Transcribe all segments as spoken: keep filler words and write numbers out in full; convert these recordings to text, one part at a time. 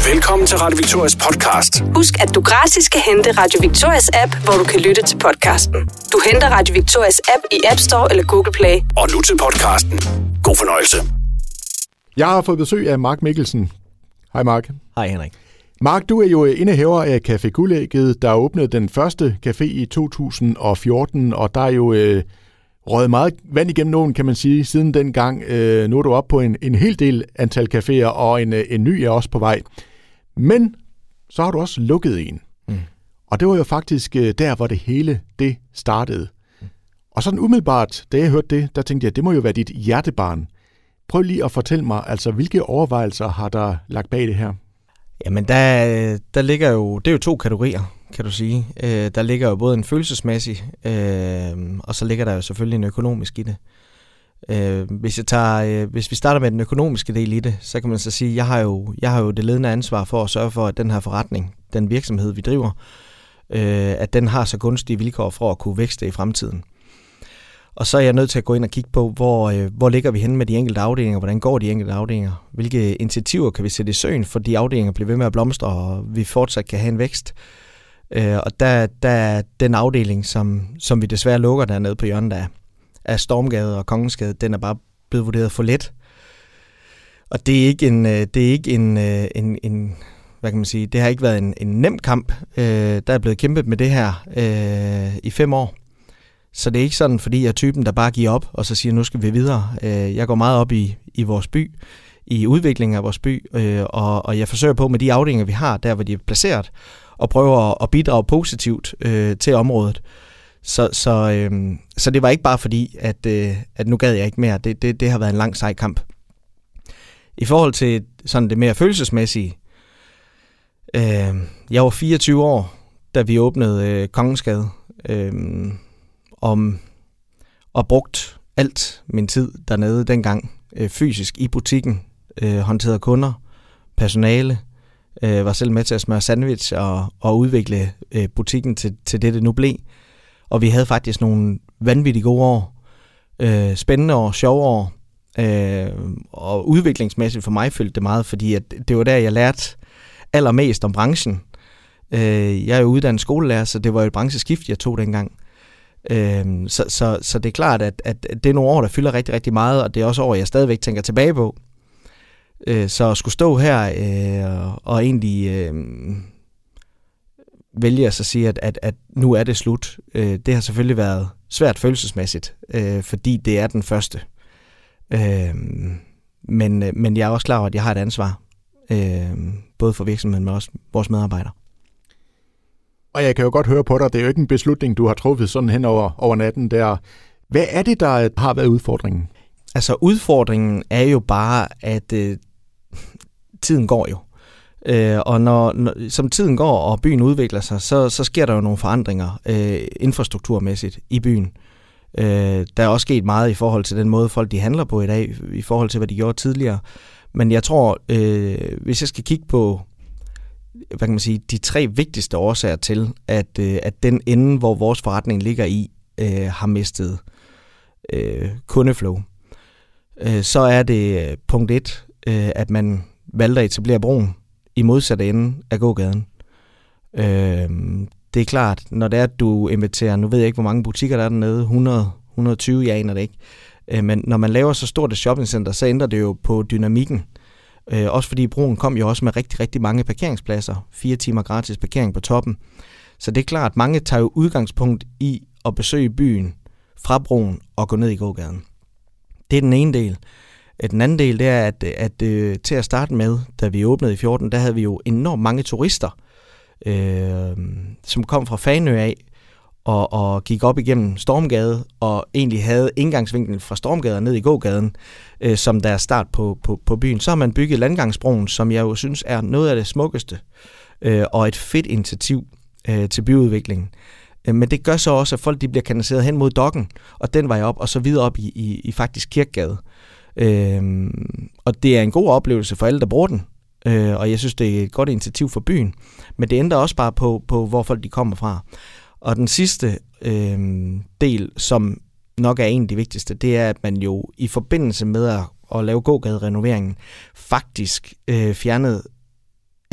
Velkommen til Radio Victorias podcast. Husk, at du gratis kan hente Radio Victorias app, hvor du kan lytte til podcasten. Du henter Radio Victorias app i App Store eller Google Play. Og nu til podcasten. God fornøjelse. Jeg har fået besøg af Mark Mikkelsen. Hej Mark. Hej Henrik. Mark, du er jo indehaver af Café Guldægget, der åbnede den første café i to tusind og fjorten, og der er jo øh, røget meget vand igennem nogen, kan man sige, siden dengang. Øh, nu er du oppe på en, en hel del antal caféer, og en, en ny er også på vej. Men så har du også lukket en. Mm. Og det var jo faktisk øh, der, hvor det hele det startede. Mm. Og sådan umiddelbart, da jeg hørte det, der tænkte jeg, det må jo være dit hjertebarn. Prøv lige at fortælle mig, altså hvilke overvejelser har der lagt bag det her? Jamen, der, der ligger jo, det er jo to kategorier, kan du sige. Øh, der ligger jo både en følelsesmæssig, øh, og så ligger der jo selvfølgelig en økonomisk i det. Øh, hvis, jeg tager, øh, hvis vi starter med den økonomiske del i det, så kan man så sige, jeg har jo, jeg har jo det ledende ansvar for at sørge for, at den her forretning, den virksomhed, vi driver, øh, at den har så gunstige vilkår for at kunne vækste i fremtiden. Og så er jeg nødt til at gå ind og kigge på, hvor, øh, hvor ligger vi henne med de enkelte afdelinger, hvordan går de enkelte afdelinger, hvilke initiativer kan vi sætte i søen, for de afdelinger bliver ved med at blomstre, og vi fortsat kan have en vækst. Øh, og der, der er den afdeling, som, som vi desværre lukker dernede på hjørnet af, af Stormgade og Kongensgade, den er bare blevet vurderet for let. Og det er ikke en, det er ikke en, en, en hvad kan man sige, det har ikke været en, en nem kamp. Øh, der er blevet kæmpet med det her øh, i fem år. Så det er ikke sådan, fordi jeg er typen, der bare giver op, og så siger, nu skal vi videre. Jeg går meget op i, i vores by, i udviklingen af vores by, og, og jeg forsøger på med de afdelinger, vi har, der hvor de er placeret, og prøver at bidrage positivt øh, til området. Så, så, øh, så det var ikke bare fordi, at, øh, at nu gad jeg ikke mere. Det, det, det har været en lang, sej kamp. I forhold til sådan det mere følelsesmæssige, øh, jeg var fireogtyve år, da vi åbnede øh, Kongensgade, øh, om og brugt alt min tid dernede dengang, øh, fysisk i butikken, øh, håndterede kunder, personale, øh, var selv med til at smøre sandwich og, og udvikle øh, butikken til, til det, det nu blev. Og vi havde faktisk nogle vanvittigt gode år, øh, spændende år, sjove år, øh, og udviklingsmæssigt for mig følte det meget, fordi at det var der, jeg lærte allermest om branchen. Øh, jeg er jo uddannet skolelærer, så det var jo et brancheskift, jeg tog dengang. Øhm, så, så, så det er klart, at, at det er nogle år, der fylder rigtig, rigtig meget, og det er også år, jeg stadigvæk tænker tilbage på. Øh, så at skulle stå her øh, og egentlig øh, vælge at så sige, at, at, at nu er det slut, øh, det har selvfølgelig været svært følelsesmæssigt, øh, fordi det er den første. Øh, men, men jeg er også klar over, at jeg har et ansvar, øh, både for virksomheden, men også vores medarbejdere. Og jeg kan jo godt høre på dig, det er jo ikke en beslutning, du har truffet sådan hen over, over natten der. Hvad er det, der har været udfordringen? Altså udfordringen er jo bare, at øh, tiden går jo. Øh, og når, når, som tiden går, og byen udvikler sig, så, så sker der jo nogle forandringer øh, infrastrukturmæssigt i byen. Øh, der er også sket meget i forhold til den måde, folk de handler på i dag, i forhold til, hvad de gjorde tidligere. Men jeg tror, øh, hvis jeg skal kigge på hvad kan man sige, de tre vigtigste årsager til, at, øh, at den ende, hvor vores forretning ligger i, øh, har mistet øh, kundeflow. Øh, så er det øh, punkt et, øh, at man valgte at etablere broen i modsatte ende af gågaden. Øh, det er klart, når det er, at du inviterer, nu ved jeg ikke, hvor mange butikker der er dernede, hundrede til hundrede og tyve, jeg aner det ikke, øh, men når man laver så stort et shoppingcenter, så ændrer det jo på dynamikken. Øh, også fordi broen kom jo også med rigtig, rigtig mange parkeringspladser. Fire timer gratis parkering på toppen. Så det er klart, at mange tager jo udgangspunkt i at besøge byen fra broen og gå ned i gågaden. Det er den ene del. Den anden del, det er, at, at, at til at starte med, da vi åbnede i fjorten, der havde vi jo enormt mange turister, øh, som kom fra Fanø af, Og, og gik op igennem Stormgade, og egentlig havde indgangsvinklen fra Stormgade ned i gågaden, øh, som der er start på, på, på byen. Så har man bygget Landgangsbroen, som jeg jo synes er noget af det smukkeste, øh, og et fedt initiativ øh, til byudviklingen. Øh, men det gør så også, at folk de bliver kanaliseret hen mod Dokken, og den vej op, og så videre op i, i, i faktisk Kirkegade. Øh, og det er en god oplevelse for alle, der bruger den, øh, og jeg synes, det er et godt initiativ for byen. Men det ændrer også bare på, på hvor folk de kommer fra. Og den sidste øh, del, som nok er en af de vigtigste, det er, at man jo i forbindelse med at, at lave gågaderenoveringen faktisk øh, fjernede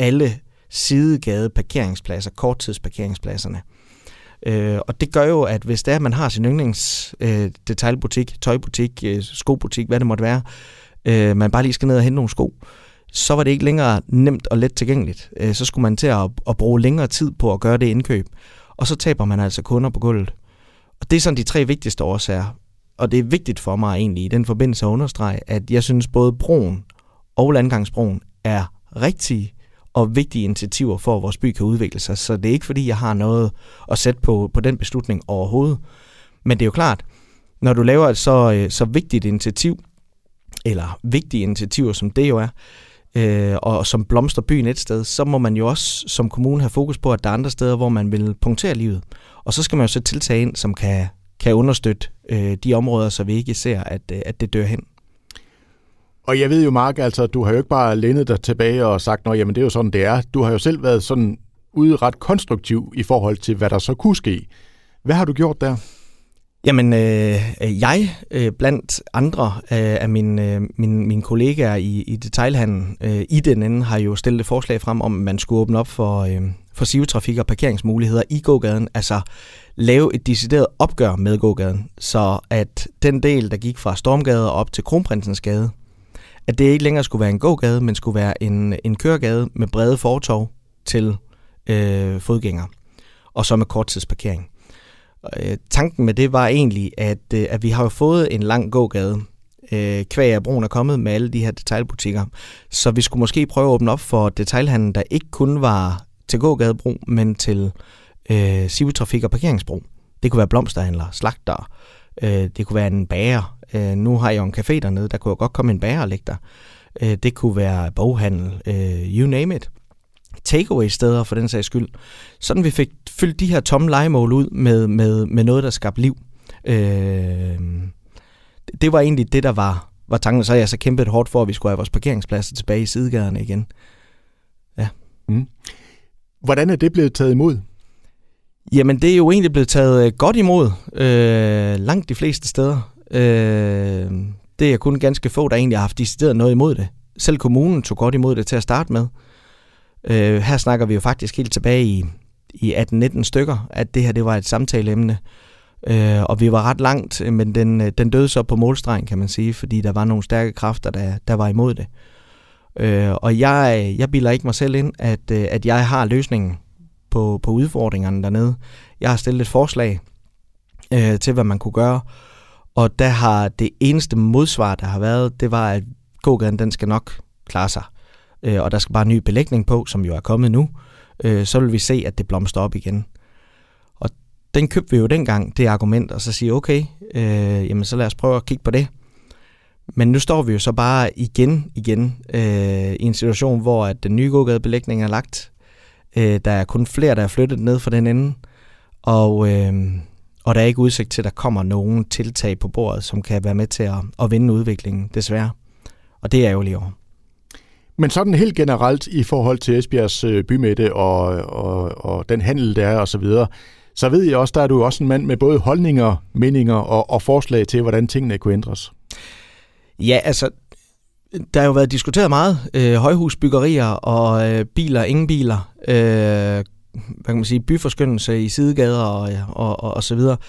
alle sidegade parkeringspladser, korttidsparkeringspladserne. Øh, og det gør jo, at hvis det er, at man har sin yndlings øh, detailbutik, tøjbutik, øh, skobutik, hvad det måtte være, øh, man bare lige skal ned og hente nogle sko, så var det ikke længere nemt og let tilgængeligt. Øh, så skulle man til at, at bruge længere tid på at gøre det indkøb, og så taber man altså kunder på gulvet. Og det er sådan de tre vigtigste årsager. Og det er vigtigt for mig egentlig i den forbindelse at understrege, at jeg synes både broen og landgangsbroen er rigtige og vigtige initiativer for, at vores by kan udvikle sig. Så det er ikke fordi, jeg har noget at sætte på, på den beslutning overhovedet. Men det er jo klart, når du laver et så, så vigtigt initiativ, eller vigtige initiativer, som det jo er, øh, og som blomstrer byen et sted, så må man jo også som kommune have fokus på, at der er andre steder, hvor man vil punktere livet. Og så skal man jo sætte tiltag ind, som kan, kan understøtte øh, de områder, så vi ikke ser, at, at det dør hen. Og jeg ved jo, Mark, altså, du har jo ikke bare lænet dig tilbage og sagt, nå, jamen det er jo sådan, det er. Du har jo selv været sådan ude ret konstruktiv i forhold til, hvad der så kunne ske. Hvad har du gjort der? Jamen, øh, jeg øh, blandt andre øh, af mine, øh, mine, mine kollegaer i, i detailhandlen øh, i den ende har jo stillet et forslag frem om, at man skulle åbne op for, øh, for sivetrafik og parkeringsmuligheder i gågaden. Altså lave et decideret opgør med gågaden, så at den del, der gik fra Stormgade op til Kronprinsens Gade, at det ikke længere skulle være en gågade, men skulle være en, en køregade med brede fortov til øh, fodgængere, og så med korttidsparkering. Øh, tanken med det var egentlig, at, øh, at vi har jo fået en lang gågade, øh, kvæg af broen er kommet med alle de her detailbutikker, så vi skulle måske prøve at åbne op for detailhandlen, der ikke kun var til gågadebro, men til øh, sivetrafik og parkeringsbro. Det kunne være blomsterhandler, slagter, øh, det kunne være en bager. Øh, nu har jeg jo en café dernede, der kunne jo godt komme en bager og lægge der. Øh, det kunne være boghandel, øh, you name it. Takeaway-steder for den sags skyld. Sådan vi fik fyldt de her tomme lejemål ud med, med, med noget, der skabte liv. Øh, det var egentlig det, der var, var tanken. Så har jeg så kæmpet hårdt for, at vi skulle have vores parkeringspladser tilbage i sidegaderne igen. Ja. Mm. Hvordan er det blevet taget imod? Jamen, det er jo egentlig blevet taget godt imod. Øh, langt de fleste steder. Øh, det er kun ganske få, der egentlig har haft decideret noget imod det. Selv kommunen tog godt imod det til at starte med. Øh, her snakker vi jo faktisk helt tilbage i, i atten nitten stykker, at det her det var et samtaleemne. Øh, og vi var ret langt, men den, den døde så på målstregen, kan man sige, fordi der var nogle stærke kræfter, der, der var imod det. Øh, og jeg, jeg bilder ikke mig selv ind, at, at jeg har løsningen på, på udfordringerne dernede. Jeg har stillet et forslag øh, til, hvad man kunne gøre, og der har det eneste modsvar, der har været, det var, at gågaden, den skal nok klare sig. Øh, og der skal bare ny belægning på, som jo er kommet nu. Øh, så vil vi se, at det blomster op igen. Og den købte vi jo dengang, det argument, og så siger okay, øh, jamen så lad os prøve at kigge på det. Men nu står vi jo så bare igen, igen øh, i en situation, hvor at den nye gågadebelægning er lagt. Øh, der er kun flere, der er flyttet ned fra den ende, og, øh, og der er ikke udsigt til, at der kommer nogen tiltag på bordet, som kan være med til at, at vende udviklingen, desværre. Og det er jo lige over. Men sådan helt generelt i forhold til Esbjergs øh, bymidte og, og, og den handel, der er og så videre, så ved jeg også, der er du også en mand med både holdninger, meninger og, og forslag til, hvordan tingene kunne ændres. Ja, altså, der har jo været diskuteret meget. Øh, højhusbyggerier og øh, biler, ingen biler. Øh, hvad kan man sige, byforskyndelse i sidegader og, og, og, og så videre.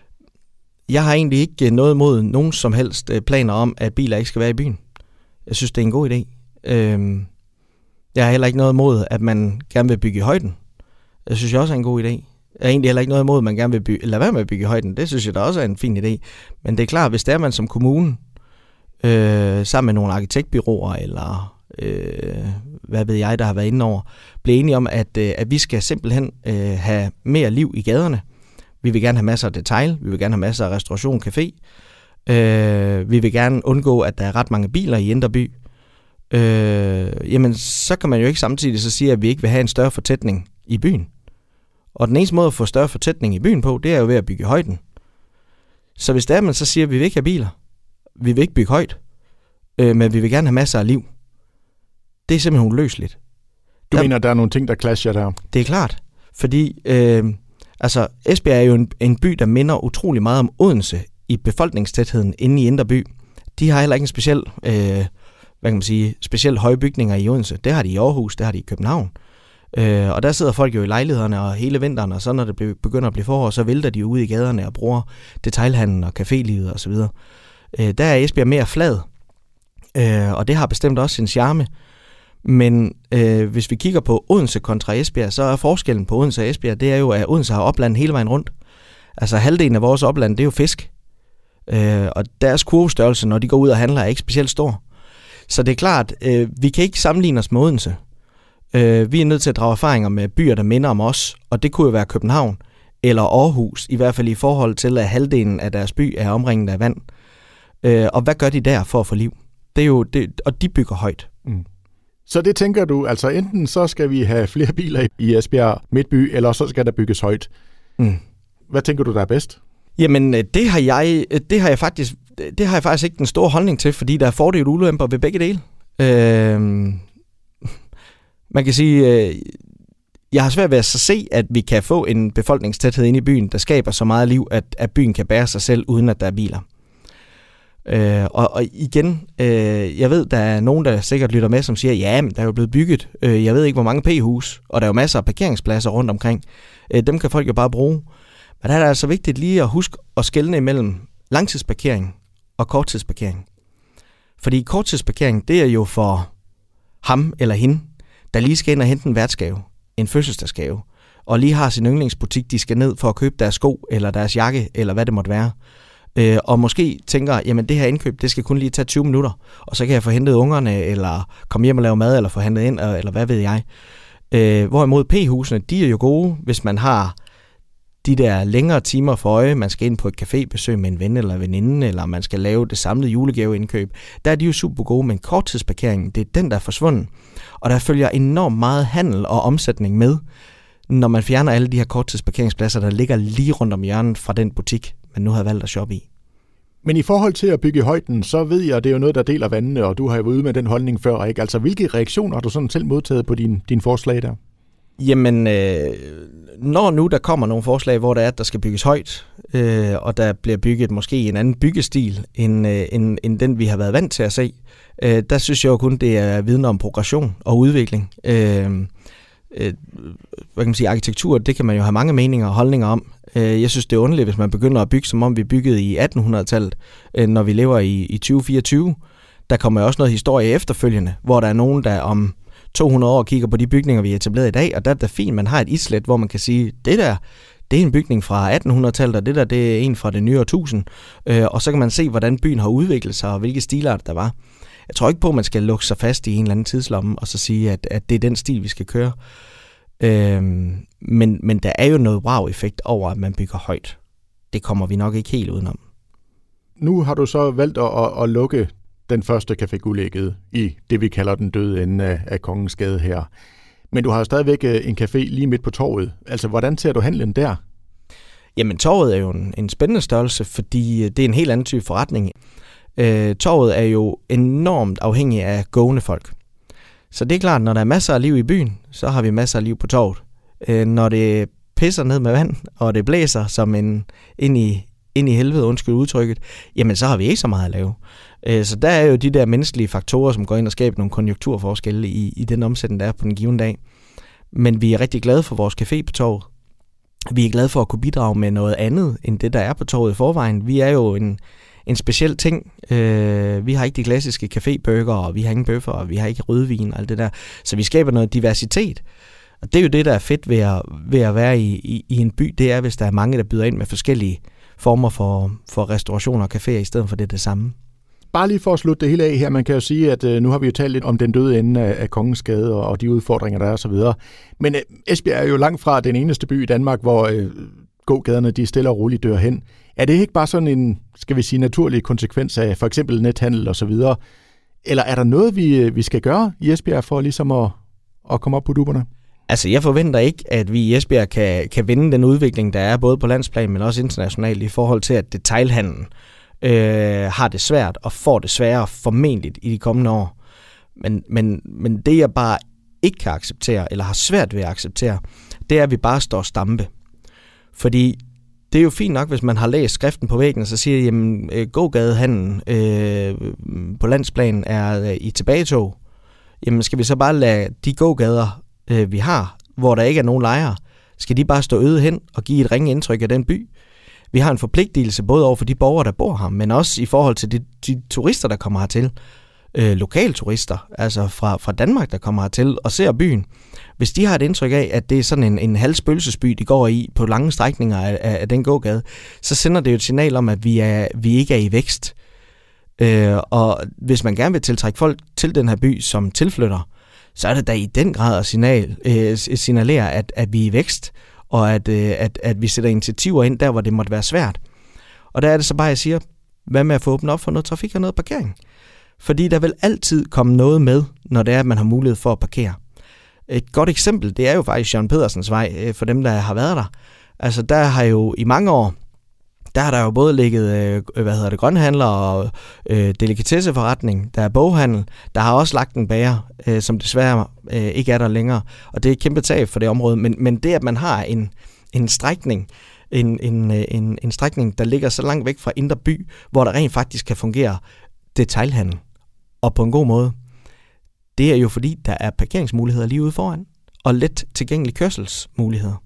Jeg har egentlig ikke noget imod nogen som helst planer om, at biler ikke skal være i byen. Jeg synes, det er en god idé. Øh, jeg har heller ikke noget imod, at man gerne vil bygge i højden. Jeg synes også er en god idé. Jeg har egentlig heller ikke noget imod, at man gerne vil bygge, lade være med at bygge i højden. Det synes jeg da også er en fin idé. Men det er klart, hvis det er man som kommune, Øh, sammen med nogle arkitektbureauer eller øh, hvad ved jeg, der har været inde over, blive enige om, at, øh, at vi skal simpelthen øh, have mere liv i gaderne. Vi vil gerne have masser af detail, vi vil gerne have masser af restauration, café. Øh, vi vil gerne undgå, at der er ret mange biler i Indre By. Øh, jamen, så kan man jo ikke samtidig så sige, at vi ikke vil have en større fortætning i byen. Og den eneste måde at få større fortætning i byen på, det er jo ved at bygge i højden. Så hvis det er, man så siger, at vi vil ikke have biler, vi vil ikke bygge højt, øh, men vi vil gerne have masser af liv. Det er simpelthen uløseligt. Du der, mener, der er nogle ting, der clasher der? Det er klart, fordi øh, altså, Esbjerg er jo en, en by, der minder utrolig meget om Odense i befolkningstætheden inde i Indre By. De har heller ikke en speciel øh, hvad kan man sige, specielt høje bygninger i Odense. Det har de i Aarhus, det har de i København. Øh, og der sidder folk jo i lejlighederne og hele vinteren, og så når det begynder at blive forår, så vælter de ud i gaderne og bruger detailhandlen og cafélivet osv. Øh, der er Esbjerg mere flad, øh, og det har bestemt også sin charme. Men øh, hvis vi kigger på Odense kontra Esbjerg, så er forskellen på Odense og Esbjerg, det er jo, at Odense har opland hele vejen rundt. Altså halvdelen af vores opland, det er jo fisk. Øh, og deres kurvestørrelse, når de går ud og handler, er ikke specielt stor. Så det er klart, øh, vi kan ikke sammenligne os med Odense. Øh, vi er nødt til at drage erfaringer med byer, der minder om os, og det kunne jo være København eller Aarhus, i hvert fald i forhold til, at halvdelen af deres by er omringet af vand. Øh, og hvad gør de der for at få liv? Det er jo det, og de bygger højt. Mm. Så det tænker du, altså enten så skal vi have flere biler i Esbjerg Midtby, eller så skal der bygges højt. Mm. Hvad tænker du, der er bedst? Jamen, det har jeg, det har jeg faktisk, det har jeg faktisk ikke den store holdning til, fordi der er fordele og ulemper ved begge dele. Øh, man kan sige, øh, jeg har svært ved at så se, at vi kan få en befolkningstæthed inde i byen, der skaber så meget liv, at, at byen kan bære sig selv, uden at der er biler. Øh, og, og igen, øh, jeg ved, der er nogen, der sikkert lytter med, som siger, ja, men der er jo blevet bygget, øh, jeg ved ikke, hvor mange p-hus, og der er jo masser af parkeringspladser rundt omkring. Øh, dem kan folk jo bare bruge. Men der er det altså vigtigt lige at huske at skelne imellem langtidsparkering og korttidsparkering. Fordi korttidsparkering, det er jo for ham eller hende, der lige skal ind og hente en værtsgave, en fødselsdagsgave, og lige har sin yndlingsbutik, de skal ned for at købe deres sko, eller deres jakke, eller hvad det måtte være. Øh, og måske tænker, jamen det her indkøb, det skal kun lige tage tyve minutter, og så kan jeg få hentet ungerne, eller komme hjem og lave mad, eller få handlet ind, eller hvad ved jeg. Øh, hvorimod p-husene, de er jo gode, hvis man har de der længere timer for øje, man skal ind på et cafébesøg med en ven eller veninde, eller man skal lave det samlede julegaveindkøb, der er de jo super gode, men korttidsparkeringen, det er den, der er forsvundet. Og der følger enormt meget handel og omsætning med, når man fjerner alle de her korttidsparkeringspladser, der ligger lige rundt om hjørnet fra den butik, man nu har valgt at shoppe i. Men i forhold til at bygge i højden, så ved jeg, at det er jo noget, der deler vandene, og du har jo været ude med den holdning før, ikke? Altså, hvilke reaktioner har du sådan selv modtaget på din, din forslag der? Jamen, øh, når nu der kommer nogle forslag, hvor der er, at der skal bygges højt, øh, og der bliver bygget måske en anden byggestil, end, øh, end, end den, vi har været vant til at se, øh, der synes jeg jo kun, det er viden om progression og udvikling. Øh, øh, hvad kan man sige, arkitektur, det kan man jo have mange meninger og holdninger om. Øh, jeg synes, det er underligt, hvis man begynder at bygge, som om vi byggede i attenhundredetallet, øh, når vi lever i, i tyve fireogtyve. Der kommer jo også noget historie efterfølgende, hvor der er nogen, der om to hundrede år kigger på de bygninger, vi har etableret i dag, og der er det fint, man har et islet, hvor man kan sige, det der, det er en bygning fra attenhundredetallet, og det der, det er en fra det nye årtusind, øh, og så kan man se, hvordan byen har udviklet sig, og hvilke stilart der var. Jeg tror ikke på, at man skal lukke sig fast i en eller anden tidslomme, og så sige, at, at det er den stil, vi skal køre. Øh, men, men der er jo noget wow-effekt over, at man bygger højt. Det kommer vi nok ikke helt udenom. Nu har du så valgt at, at, at lukke den første Café Guldægget i det, vi kalder den døde ende af, af Kongens Gade her. Men du har jo stadigvæk en café lige midt på torvet. Altså, hvordan ser du handlen der? Jamen, torvet er jo en, en spændende størrelse, fordi det er en helt anden type forretning. Øh, torvet er jo enormt afhængig af gående folk. Så det er klart, når der er masser af liv i byen, så har vi masser af liv på torvet. Øh, når det pisser ned med vand, og det blæser som en ind i, ind i helvede, undskyld udtrykket, jamen så har vi ikke så meget at lave. Så der er jo de der menneskelige faktorer, som går ind og skaber nogle konjunkturforskelle i, i den omsætning, der er på den givne dag. Men vi er rigtig glade for vores café på torvet. Vi er glade for at kunne bidrage med noget andet, end det, der er på torvet i forvejen. Vi er jo en, en speciel ting. Øh, vi har ikke de klassiske cafébøger, og vi har ingen bøffer, og vi har ikke rødvin og alt det der. Så vi skaber noget diversitet. Og det er jo det, der er fedt ved at, ved at være i, i, i en by. Det er, hvis der er mange, der byder ind med forskellige former for, for restaurationer og caféer, i stedet for det det samme. Bare lige for at slutte det hele af her, man kan jo sige, at øh, nu har vi jo talt lidt om den døde ende af, af Kongens Gade og, og de udfordringer, der er osv. Men øh, Esbjerg er jo langt fra den eneste by i Danmark, hvor øh, gågaderne de stille og roligt dør hen. Er det ikke bare sådan en, skal vi sige, naturlig konsekvens af for eksempel nethandel osv.? Eller er der noget, vi, vi skal gøre i Esbjerg for ligesom at, at komme op på duberne? Altså, jeg forventer ikke, at vi i Esbjerg kan, kan vinde den udvikling, der er både på landsplan, men også internationalt i forhold til, at detailhandlen øh, har det svært og får det sværere formentlig i de kommende år. Men, men, men det, jeg bare ikke kan acceptere, eller har svært ved at acceptere, det er, at vi bare står og stampe. Fordi det er jo fint nok, hvis man har læst skriften på væggen, og så siger, jamen øh, gågadehandlen øh, på landsplan er øh, i tilbagetog. Jamen skal vi så bare lade de gågader, øh, vi har, hvor der ikke er nogen lejere, skal de bare stå øde hen og give et ringe indtryk af den by? Vi har en forpligtelse både over for de borgere, der bor her, men også i forhold til de, de turister, der kommer hertil. Øh, lokalturister, altså fra, fra Danmark, der kommer hertil og ser byen. Hvis de har et indtryk af, at det er sådan en, en halv spøgelsesby, de går i på lange strækninger af, af, af den gågade, så sender det jo et signal om, at vi, er, vi ikke er i vækst. Øh, og hvis man gerne vil tiltrække folk til den her by som tilflytter, så er det da i den grad at signal, øh, signalere, at, at vi er i vækst, og at, øh, at, at vi sætter initiativer ind der, hvor det måtte være svært. Og der er det så bare, jeg siger, hvad med at få åbnet op for noget trafik og noget parkering? Fordi der vil altid komme noget med, når det er, at man har mulighed for at parkere. Et godt eksempel, det er jo faktisk Jørgen Pedersens Vej, for dem, der har været der. Altså, der har jo i mange år, der har der jo både ligget, hvad hedder det, grønhandler og øh, delikatesseforretning, der er boghandel, der har også lagt en bager, øh, som desværre øh, ikke er der længere, og det er et kæmpe tab for det område, men, men det, at man har en, en strækning, en, en, en, en strækning, der ligger så langt væk fra indre by, hvor der rent faktisk kan fungere detailhandel, og på en god måde, det er jo fordi, der er parkeringsmuligheder lige ude foran, og let tilgængelige kørselsmuligheder.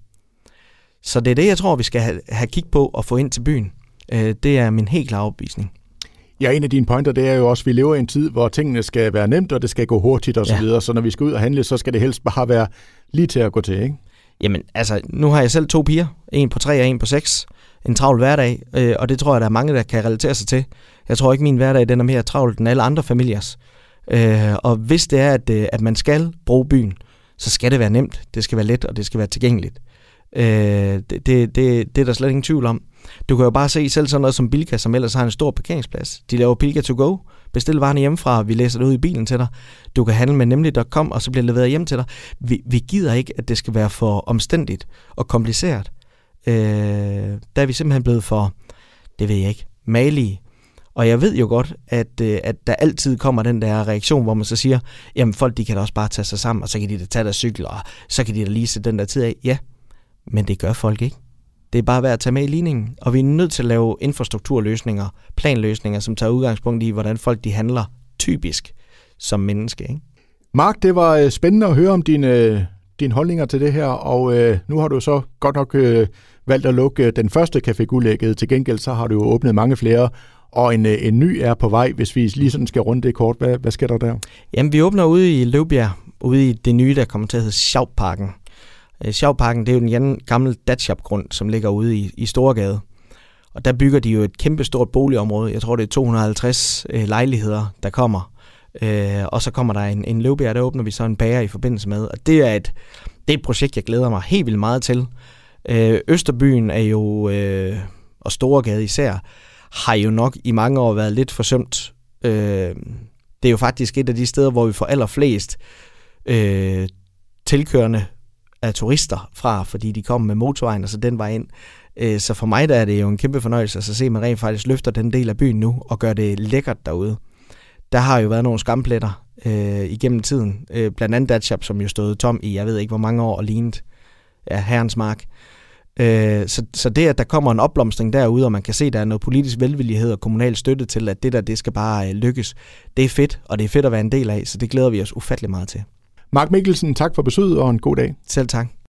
Så det er det, jeg tror, vi skal have, have kig på og få ind til byen. Øh, det er min helt klare overbevisning. Ja, en af dine pointer, det er jo også, at vi lever i en tid, hvor tingene skal være nemt, og det skal gå hurtigt og så ja. videre. Så når vi skal ud og handle, så skal det helst bare være lige til at gå til, ikke? Jamen, altså, nu har jeg selv to piger. En på tre og en på seks. En travl hverdag, øh, og det tror jeg, der er mange, der kan relatere sig til. Jeg tror ikke, min hverdag den er mere travlt end alle andre familiers. Øh, og hvis det er, at, at man skal bruge byen, så skal det være nemt, det skal være let, og det skal være tilgængeligt. Øh, det, det, det, det er der slet ingen tvivl om. Du kan jo bare se selv sådan noget som Bilka, som ellers har en stor parkeringsplads. De laver Bilka to go. Bestil varerne hjemmefra, vi læser det ud i bilen til dig. Du kan handle med nemlig punktum com, og så bliver det leveret hjem til dig. Vi, vi gider ikke, at det skal være for omstændigt og kompliceret. Øh, der er vi simpelthen blevet for, det ved jeg ikke, malige. Og jeg ved jo godt, at, at der altid kommer den der reaktion, hvor man så siger, jamen folk, de kan da også bare tage sig sammen, og så kan de da tage deres cykel, og så kan de da lige sætte den der tid af. Ja, men det gør folk ikke. Det er bare værd at tage med i ligningen, og vi er nødt til at lave infrastrukturløsninger, planløsninger, som tager udgangspunkt i, hvordan folk de handler typisk som menneske, ikke? Mark, det var spændende at høre om dine, dine holdninger til det her, og øh, nu har du så godt nok øh, valgt at lukke den første Café Guldægget. Til gengæld så har du jo åbnet mange flere, og en, en ny er på vej, hvis vi lige sådan skal runde det kort. Hvad, hvad sker der der? Jamen, vi åbner ude i Løvbjerg, ude i det nye, der kommer til at hedde Schaubparken. Schaubparken, det er jo den gamle Datshop-grund, som ligger ude i, i Storegade. Og der bygger de jo et kæmpe stort boligområde. Jeg tror, det er to hundrede og halvtreds øh, lejligheder, der kommer. Øh, og så kommer der en, en Løvbjerg, der åbner vi så en bager i forbindelse med. Og det er et, det er et projekt, jeg glæder mig helt vildt meget til. Øh, Østerbyen er jo, øh, og Storegade især, har jo nok i mange år været lidt forsømt. Øh, det er jo faktisk et af de steder, hvor vi får allerflest øh, tilkørende af turister fra, fordi de kommer med motorvejen og så den vej ind. Øh, så for mig der er det jo en kæmpe fornøjelse at se, at man rent faktisk løfter den del af byen nu og gør det lækkert derude. Der har jo været nogle skampletter øh, igennem tiden. Øh, blandt andet Datshop, som jo stod tom i, jeg ved ikke hvor mange år og lignet ja, herrens mark. Øh, så, så det, at der kommer en opblomstring derude, og man kan se, at der er noget politisk velvillighed og kommunal støtte til, at det der, det skal bare øh, lykkes, det er fedt, og det er fedt at være en del af, så det glæder vi os ufattelig meget til. Mark Mikkelsen, tak for besøget og en god dag. Selv tak.